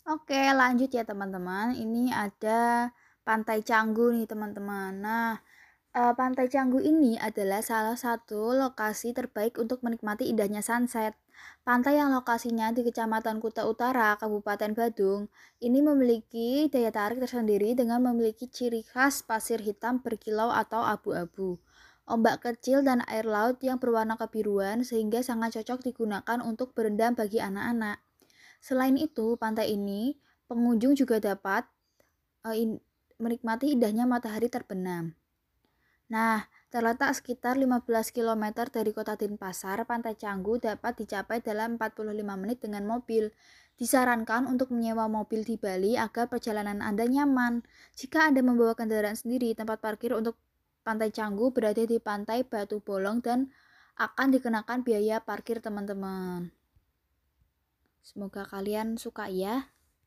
Oke, lanjut ya teman-teman. Ini ada Pantai Canggu nih teman-teman. Nah, Pantai Canggu ini adalah salah satu lokasi terbaik untuk menikmati indahnya sunset. Pantai yang lokasinya di Kecamatan Kuta Utara, Kabupaten Badung, ini memiliki daya tarik tersendiri dengan memiliki ciri khas pasir hitam berkilau atau abu-abu. Ombak kecil dan air laut yang berwarna kebiruan sehingga sangat cocok digunakan untuk berendam bagi anak-anak. Selain itu, pantai ini pengunjung juga dapat menikmati indahnya matahari terbenam. Nah, terletak sekitar 15 km dari kota Denpasar, Pantai Canggu dapat dicapai dalam 45 menit dengan mobil. Disarankan untuk menyewa mobil di Bali agar perjalanan Anda nyaman. Jika Anda membawa kendaraan sendiri, tempat parkir untuk Pantai Canggu berada di Pantai Batu Bolong dan akan dikenakan biaya parkir teman-teman. Semoga kalian suka ya.